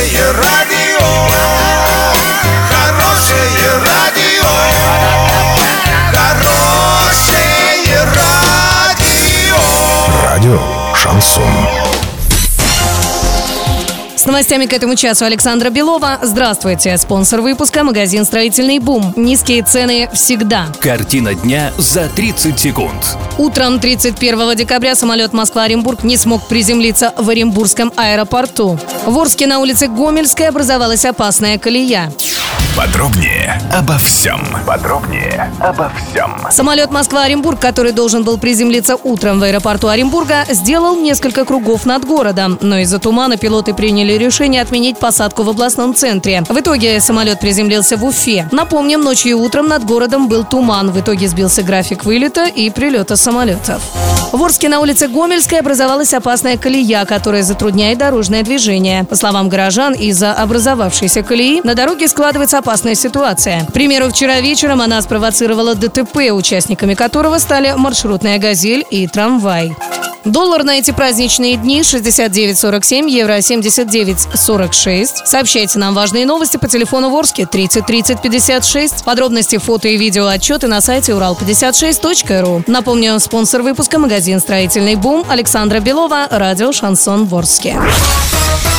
Хорошее радио, хорошее радио, хорошее радио. Радио Шансон. С новостями к этому часу Александра Белова. Здравствуйте. Спонсор выпуска — магазин «Строительный бум». Низкие цены всегда. Картина дня за 30 секунд. Утром 31 декабря самолет Москва-Оренбург не смог приземлиться в Оренбургском аэропорту. В Орске на улице Гомельской образовалась опасная колея. Подробнее обо всем. Самолет Москва-Оренбург, который должен был приземлиться утром в аэропорту Оренбурга, сделал несколько кругов над городом. Но из-за тумана пилоты приняли решение отменить посадку в областном центре. В итоге самолет приземлился в Уфе. Напомним, ночью и утром над городом был туман. В итоге сбился график вылета и прилета самолетов. В Орске на улице Гомельской образовалась опасная колея, которая затрудняет дорожное движение. По словам горожан, из-за образовавшейся колеи на дороге складывается опасная ситуация. К примеру, вчера вечером она спровоцировала ДТП, участниками которого стали маршрутная «Газель» и трамвай. Доллар на эти праздничные дни 69.47, евро 79.46. Сообщайте нам важные новости по телефону в Орске 30 30 56. Подробности, фото и видео отчеты на сайте урал56.ру. Напомню, спонсор выпуска — магазин «Строительный бум». Александра Белова, радио «Шансон» в Орске.